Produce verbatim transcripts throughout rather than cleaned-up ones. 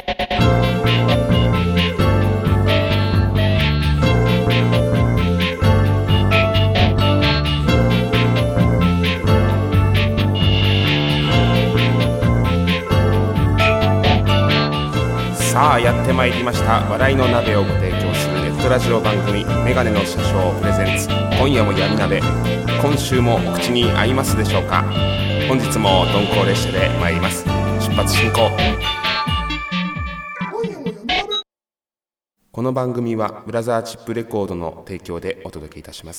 さあやってまいりました。笑いの鍋をご提供するネットラジオ番組メガネの社長プレゼンツ、今夜も闇鍋。今週もお口に合いますでしょうか。本日も鈍行列車で参ります。出発進行。この番組はブラザーチップレコードの提供でお届けいたします。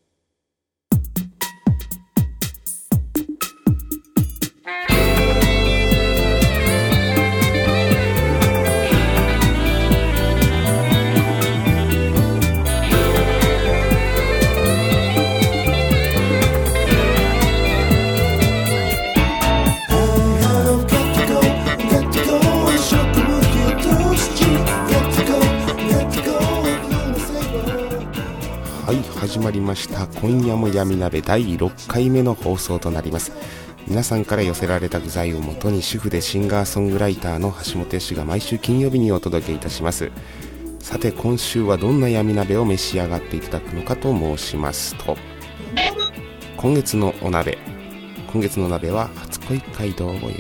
始まりました。今夜も闇鍋だいろっかいめの放送となります。皆さんから寄せられた具材をもとに主婦でシンガーソングライターの橋本氏が毎週金曜日にお届けいたします。さて今週はどんな闇鍋を召し上がっていただくのかと申しますと、今月のお鍋今月のお鍋は初恋街道を行く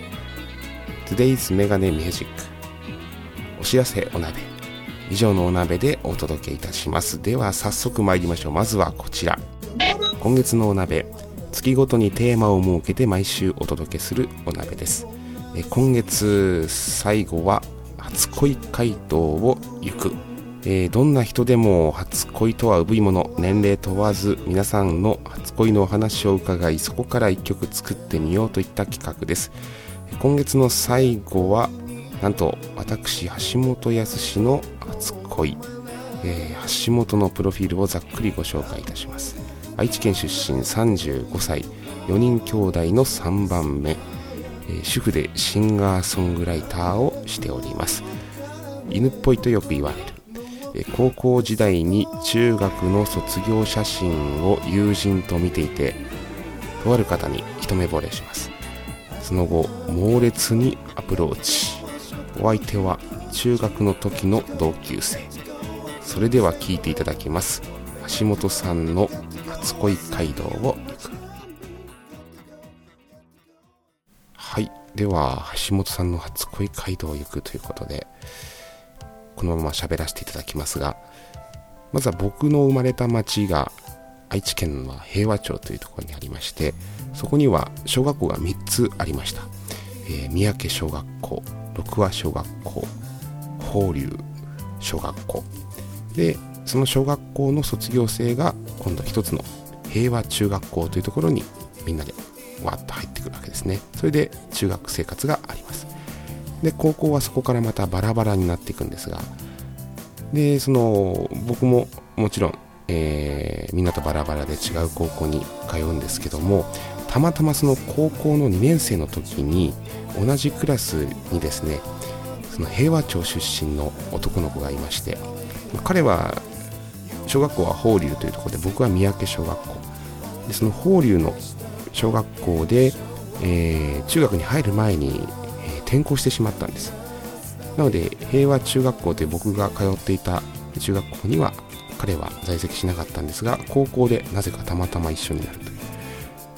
Today's メガネミュージック、お知らせお鍋、以上のお鍋でお届けいたします。では早速参りましょう。まずはこちら、今月のお鍋、月ごとにテーマを設けて毎週お届けするお鍋です。え今月最後は初恋街道を行く、えー、どんな人でも初恋とはうぶいもの、年齢問わず皆さんの初恋のお話を伺い、そこから一曲作ってみようといった企画です。今月の最後はなんと私橋本康の初恋、えー、橋本のプロフィールをざっくりご紹介いたします。愛知県出身、さんじゅうごさい、よにん兄弟のさんばんめ、えー、主婦でシンガーソングライターをしております。犬っぽいとよく言われる、えー、高校時代に中学の卒業写真を友人と見ていて、とある方に一目惚れします。その後猛烈にアプローチ、お相手は中学の時の同級生。それでは聴いていただきます。橋本さんの初恋街道を行く。はい、では橋本さんの初恋街道を行くということで、このまま喋らせていただきますが、まずは僕の生まれた町が愛知県の平和町というところにありまして、そこには小学校がみっつありました。えー、三宅小学校、六和小学校、法隆小学校で、その小学校の卒業生が今度一つの平和中学校というところにみんなでわっと入ってくるわけですね。それで中学生活があります。で高校はそこからまたバラバラになっていくんですが、でその僕ももちろん、えー、みんなとバラバラで違う高校に通うんですけども、たまたまその高校のにねん生の時に同じクラスにですね、その平和町出身の男の子がいまして、彼は小学校は法隆というところで、僕は三宅小学校で、その法隆の小学校で、えー、中学に入る前に、えー、転校してしまったんです。なので平和中学校という僕が通っていた中学校には彼は在籍しなかったんですが、高校でなぜかたまたま一緒になるという。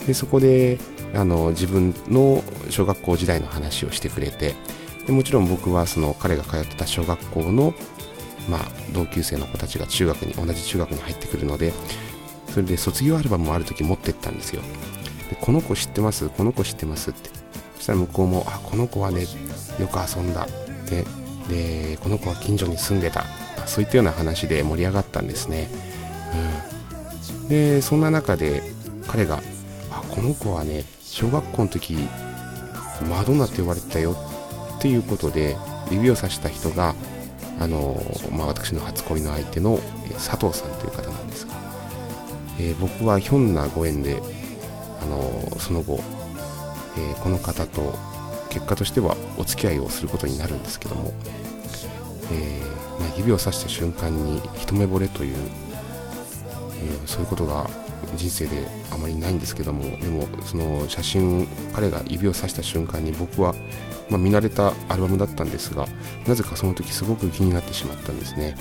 でそこであの自分の小学校時代の話をしてくれて、でもちろん僕はその彼が通ってた小学校の、まあ、同級生の子たちが中学に同じ中学に入ってくるので、それで卒業アルバムもある時持ってったんですよ。でこの子知ってますこの子知ってますって。そしたら向こうも、あこの子はねよく遊んだで、でこの子は近所に住んでた、そういったような話で盛り上がったんですね。うん、でそんな中で彼が、あこの子はね小学校の時マドンナって呼ばれてたよっていうことで指をさした人が、あのまあ、私の初恋の相手の佐藤さんという方なんですが、えー、僕はひょんなご縁で、あのその後、えー、この方と結果としてはお付き合いをすることになるんですけども、えーまあ、指をさした瞬間に一目惚れという、えー、そういうことが人生であまりないんですけども、でもその写真、彼が指をさした瞬間に僕はまあ、見慣れたアルバムだったんですが、なぜかその時すごく気になってしまったんですね。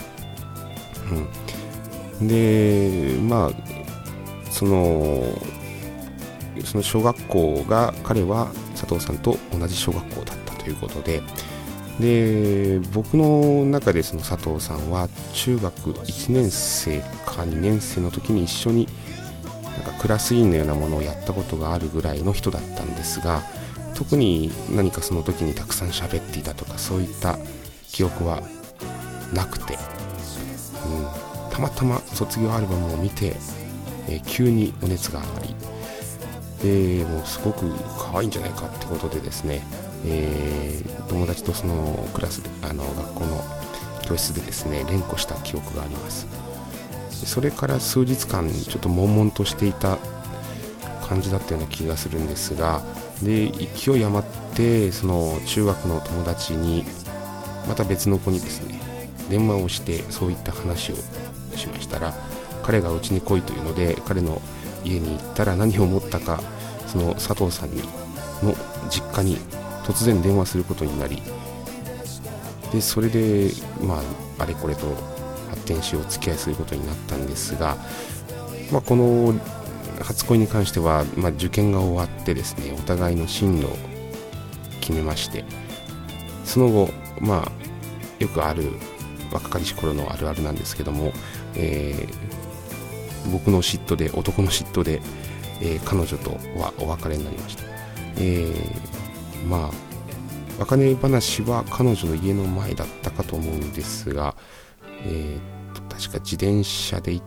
うん、でまあそのその小学校が彼は佐藤さんと同じ小学校だったということで、で僕の中でその佐藤さんは中学いちねん生かにねん生の時に一緒になんかクラス委員のようなものをやったことがあるぐらいの人だったんですが、特に何かその時にたくさん喋っていたとかそういった記憶はなくて、うん、たまたま卒業アルバムを見て、えー、急にお熱が上がり、でもうすごく可愛いんじゃないかってことでですね、えー、友達とそのクラスであの学校の教室でですね連呼した記憶があります。それから数日間ちょっと悶々としていた感じだったような気がするんですが、で勢い余ってその中学の友達にまた別の子にですね電話をしてそういった話をしましたら、彼がうちに来いというので彼の家に行ったら何を思ったか、その佐藤さんにの実家に突然電話することになり、でそれでまああれこれと発展しお付き合いすることになったんですが、まあ、この初恋に関しては、まあ、受験が終わってですねお互いの進路を決めまして、その後まあよくある若かりし頃のあるあるなんですけども、えー、僕の嫉妬で男の嫉妬で、えー、彼女とはお別れになりました。えー、まあ別れ話は彼女の家の前だったかと思うんですが、えー、と確か自転車で行って、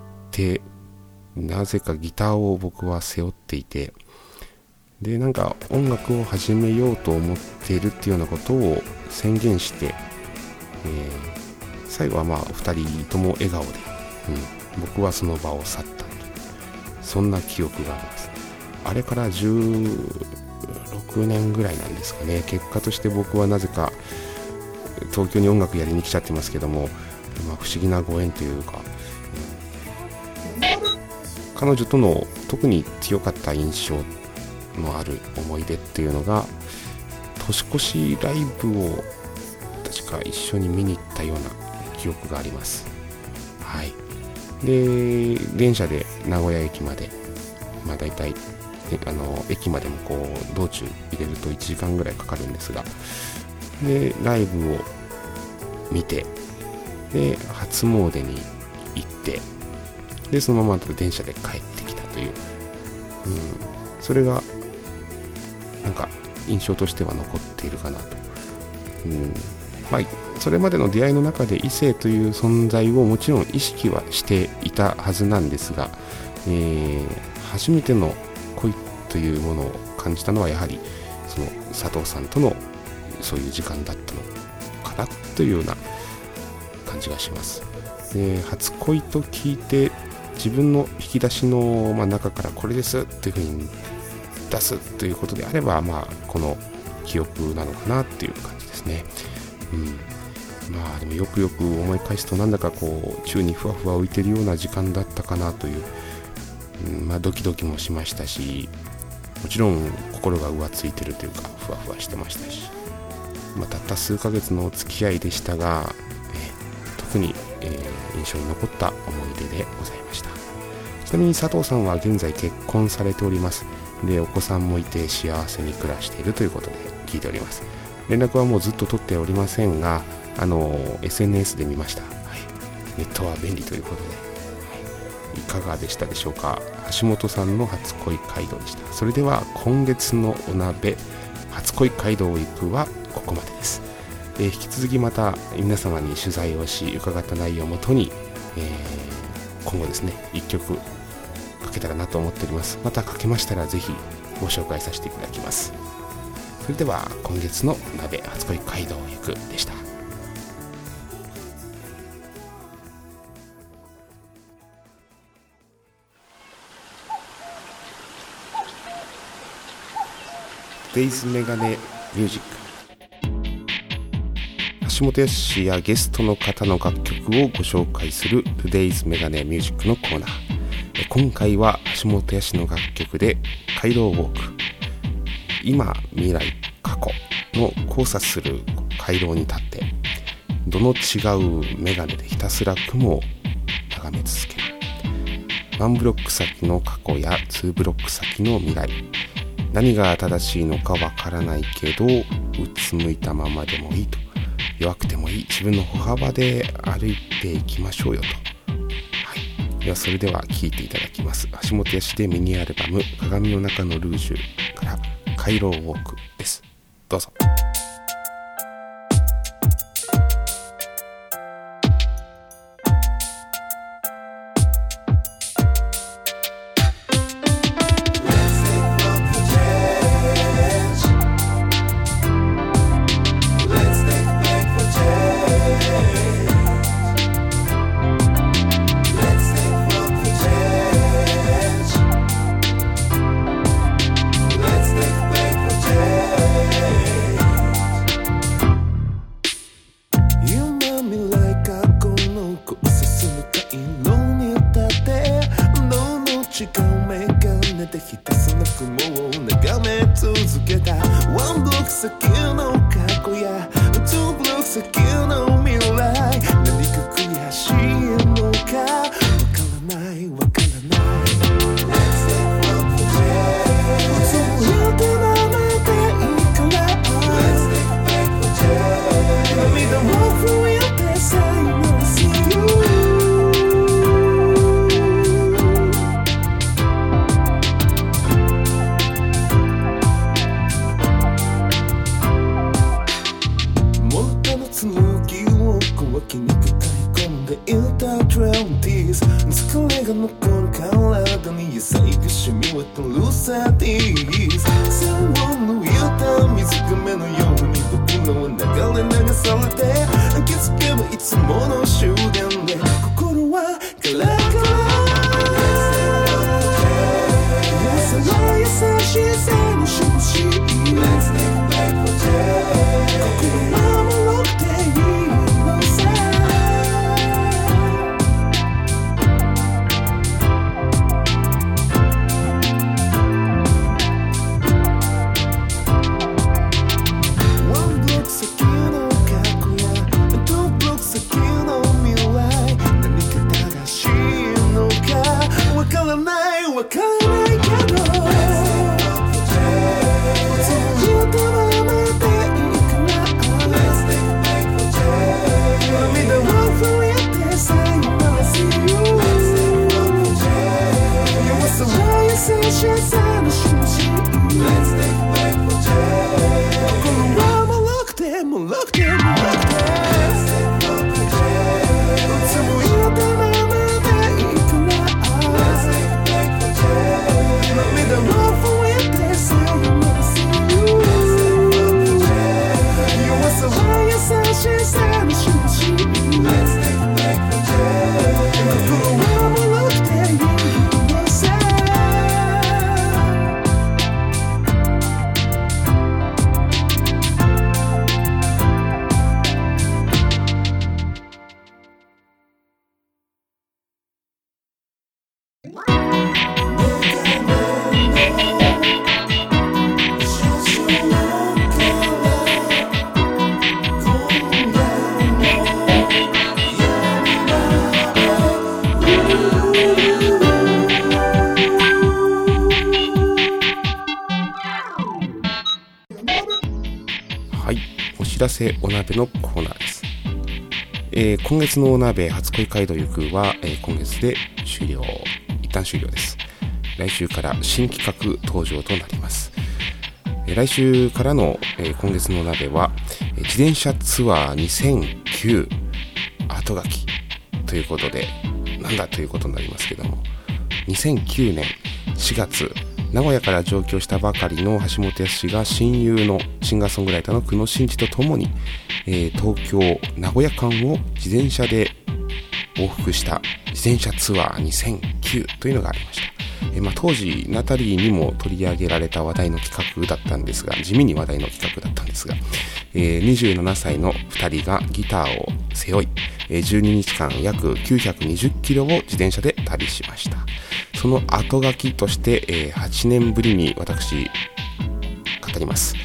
なぜかギターを僕は背負っていて、でなんか音楽を始めようと思っているっていうようなことを宣言して、えー、最後はまあふたりとも笑顔で、うん、僕はその場を去ったと、そんな記憶があります。あれからじゅうろくねんぐらいなんですかね。結果として僕はなぜか東京に音楽やりに来ちゃってますけども、まあ、不思議なご縁というか、うん、彼女との特に強かった印象のある思い出っていうのが、年越しライブを確か一緒に見に行ったような記憶があります。はい。で電車で名古屋駅まで、まあ大体あの駅までもこう道中入れるといちじかんぐらいかかるんですが、でライブを見て、で初詣に行って、でそのまま電車で帰ってきたという、うん、それがなんか印象としては残っているかなと、うん、まあそれまでの出会いの中で異性という存在をもちろん意識はしていたはずなんですが、えー、初めての恋というものを感じたのはやはりその佐藤さんとのそういう時間だったのかなというような感じがします。で初恋と聞いて自分の引き出しの、まあ、中からこれですというふうに出すということであれば、まあ、この記憶なのかなっていう感じですね。うん、まあでもよくよく思い返すとなんだかこう宙にふわふわ浮いてるような時間だったかなという、うん、まあドキドキもしましたし、もちろん心が浮ついてるというかふわふわしてましたし、まあ、たった数ヶ月のお付き合いでしたが、えー、特に、えー、印象に残った思い出でございました。ちなみに佐藤さんは現在結婚されております。でお子さんもいて幸せに暮らしているということで聞いております。連絡はもうずっと取っておりませんが、あの エスエヌエス で見ました。はい、ネットは便利ということで、はい、いかがでしたでしょうか。橋本さんの初恋街道でした。それでは今月のお鍋初恋街道行くはここまでです。えー、引き続きまた皆様に取材をし伺った内容をもとに、えー、今後ですねいっきょくかけたらなと思っております。またかけましたらぜひご紹介させていただきます。それでは今月の鍋初恋街道行くでした。デイズメガネミュージック、橋本康やゲストの方の楽曲をご紹介する Today's メガネミュージックのコーナー。今回は橋本康の楽曲で街道ウォーク、今未来過去の交差する回廊に立って度の違う眼鏡でひたすら雲を眺め続ける。ワンブロック先の過去やツーブロック先の未来、何が正しいのかわからないけどうつむいたままでもいいと、弱くてもいい自分の歩幅で歩いていきましょうよと。はい、ではそれでは聴いていただきます。橋本康でミニアルバム鏡の中のルージュから回廊ウォークです。どうぞ。お鍋のコーナーです。えー、今月のお鍋初恋街道行くは、えー、今月で終了、一旦終了です。来週から新企画登場となります。えー、来週からの、えー、今月のお鍋は、えー、自転車ツアーにせんきゅう後書きということで、なんだということになりますけども、にせんきゅうねんしがつ名古屋から上京したばかりの橋本康が親友のシンガーソングライターの久野真二とともに、えー、東京名古屋間を自転車で往復した自転車ツアーにせんきゅうというのがありました。えーまあ、当時ナタリーにも取り上げられた話題の企画だったんですが、地味に話題の企画だったんですが、えー、にじゅうななさいのふたりがギターを背負い、えー、じゅうににちかん約きゅうひゃくにじゅっキロを自転車で旅しました。その後書きとして、えー、はちねんぶりに私語ります。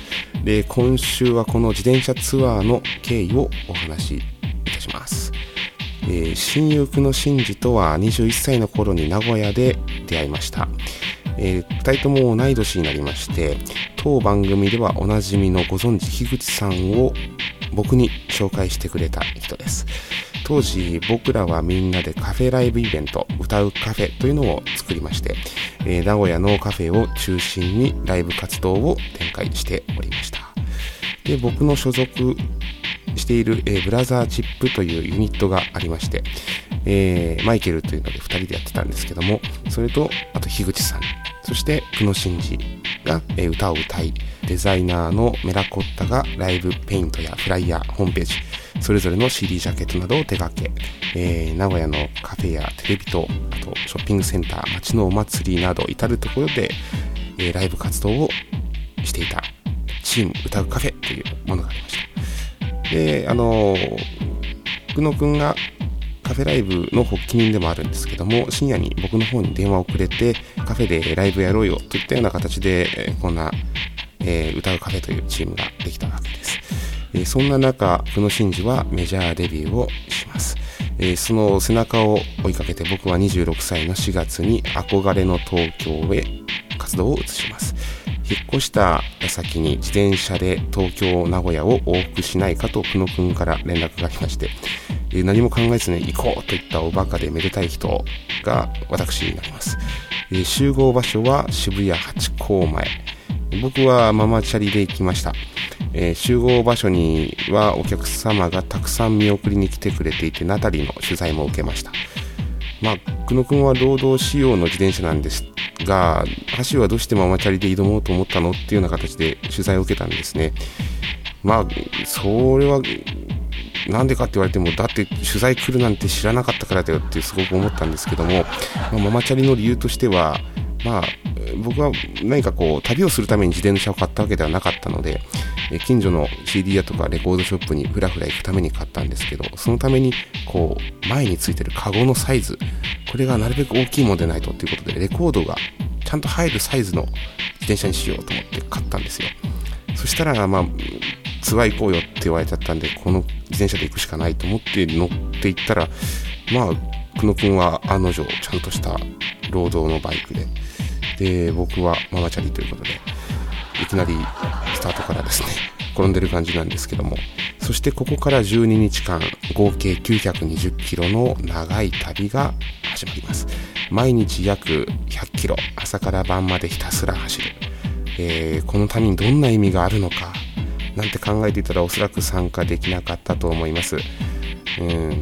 で、今週はこの自転車ツアーの経緯をお話しいたします。えー、親友久野真二とはにじゅういっさいの頃に名古屋で出会いました。えー、ふたりとも同い年になりまして、当番組ではおなじみのご存知樋口さんを僕に紹介してくれた人です。当時僕らはみんなでカフェライブイベント、歌うカフェというのを作りまして、えー、名古屋のカフェを中心にライブ活動を展開しておりました。で、僕の所属している、えー、ブラザーチップというユニットがありまして、えー、マイケルというのでふたりでやってたんですけども、それとあと樋口さん、そして久野真二が、えー、歌を歌い、デザイナーのメラコッタがライブペイントやフライヤー、ホームページ、それぞれの シーディー ジャケットなどを手掛け、えー、名古屋のカフェやテレビ塔、あとショッピングセンター、街のお祭りなど至るところで、えー、ライブ活動をしていたチーム歌うカフェというものがありました。で、あのー、久野くんがカフェライブの発起人でもあるんですけども、深夜に僕の方に電話をくれて、カフェでライブやろうよといったような形で、えー、こんな、えー、歌うカフェというチームができたわけです。えー、そんな中、久野真二はメジャーデビューをします。えー、その背中を追いかけて、僕はにじゅうろくさいのしがつに憧れの東京へ活動を移します。引っ越した矢先に自転車で東京名古屋を往復しないかと久野くんから連絡がありまして、えー、何も考えずに行こうといったおバカでめでたい人が私になります。えー、集合場所は渋谷ハチ公前。僕はママチャリで行きました。えー、集合場所にはお客様がたくさん見送りに来てくれていて、ナタリーの取材も受けました。まあ、久野くんは労働仕様の自転車なんですが、橋はどうしてママチャリで挑もうと思ったのっていうような形で取材を受けたんですね。まあ、それはなんでかって言われても、だって取材来るなんて知らなかったからだよってすごく思ったんですけども、まあ、ママチャリの理由としては、まあ、僕は何かこう旅をするために自転車を買ったわけではなかったので、近所の シーディー 屋とかレコードショップにフラフラ行くために買ったんですけど、そのためにこう前についてるカゴのサイズ、これがなるべく大きいものでないとということで、レコードがちゃんと入るサイズの自転車にしようと思って買ったんですよ。そしたら、まあツアー行こうよって言われちゃったんで、この自転車で行くしかないと思って乗っていったら、まあ久野くんは案の定ちゃんとした労働のバイクで、で僕はママチャリということで、いきなりスタートからですね転んでる感じなんですけども、そしてここからじゅうににちかん合計きゅうひゃくにじゅっキロの長い旅が始まります。毎日約ひゃっキロ、朝から晩までひたすら走る、えー、この旅にどんな意味があるのかなんて考えていたら、おそらく参加できなかったと思います。うん、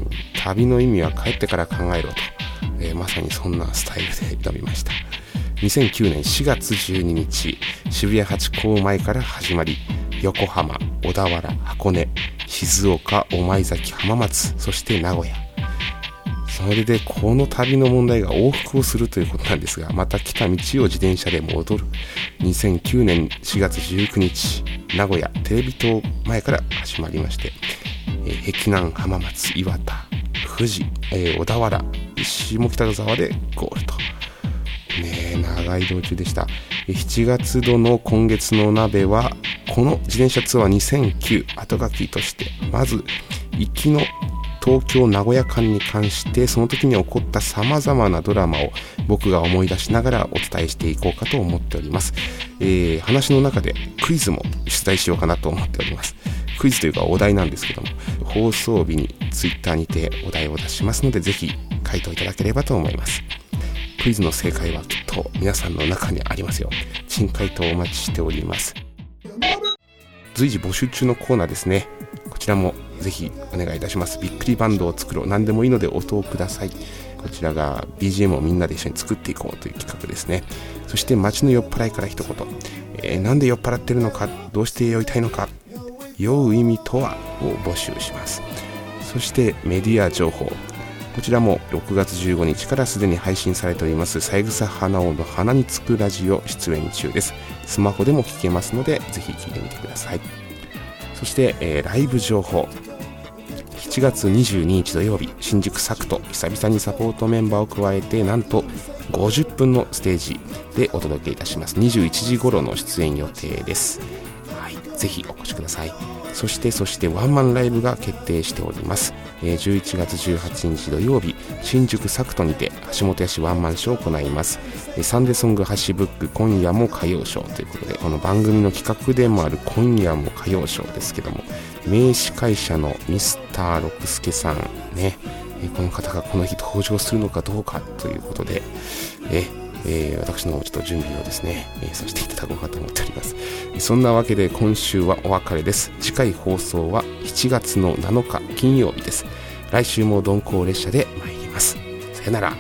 旅の意味は帰ってから考えろと、えー、まさにそんなスタイルで挑みました。にせんきゅうねんしがつじゅうににち、渋谷ハチ公前から始まり、横浜、小田原、箱根、静岡、御前崎、浜松、そして名古屋。それでこの旅の問題が往復をするということなんですが、また来た道を自転車で戻る。にせんきゅうねんしがつじゅうくにち、名古屋テレビ塔前から始まりまして、えー、碧南、浜松、岩田、富士、えー、小田原、下北沢でゴールと。ねえ、長い道中でした。しちがつ度の今月の鍋は、この自転車ツアーにせんきゅう後書きとして、まず行きの東京名古屋間に関して、その時に起こった様々なドラマを僕が思い出しながらお伝えしていこうかと思っております。えー、話の中でクイズも出題しようかなと思っております。クイズというかお題なんですけども、放送日にツイッターにてお題を出しますので、ぜひ回答いただければと思います。クイズの正解はきっと皆さんの中にありますよ。珍回答お待ちしております。随時募集中のコーナーですね。こちらもぜひお願いいたします。びっくりバンドを作ろう。何でもいいので音をください。こちらが ビージーエム をみんなで一緒に作っていこうという企画ですね。そして街の酔っ払いから一言、えー、なんで酔っ払ってるのか、どうして酔いたいのか、酔う意味とはを募集します。そしてメディア情報、こちらもろくがつじゅうごにちからすでに配信されております三枝花尾の花につくラジオ出演中です。スマホでも聞けますので、ぜひ聞いてみてください。そして、えー、ライブ情報、しちがつにじゅうににち土曜日、新宿サクト、久々にサポートメンバーを加えて、なんとごじゅっぷんのステージでお届けいたします。にじゅういちじ頃の出演予定です。はい、 ぜひお越しください。そしてそしてワンマンライブが決定しております。えー、じゅういちがつじゅうはちにち土曜日、新宿サクトにて橋本屋氏ワンマンショーを行います。えー、サンデーソングハッシュブック今夜も歌謡ショーということで、この番組の企画でもある今夜も歌謡ショーですけども、名司会者のミスター六輔さんね、えー、この方がこの日登場するのかどうかということで、えーえー、私のちょっと準備をですね、えー、させていただこうかと思っております。そんなわけで今週はお別れです。次回放送はしちがつのなのか金曜日です。来週も鈍行列車で参ります。さよなら。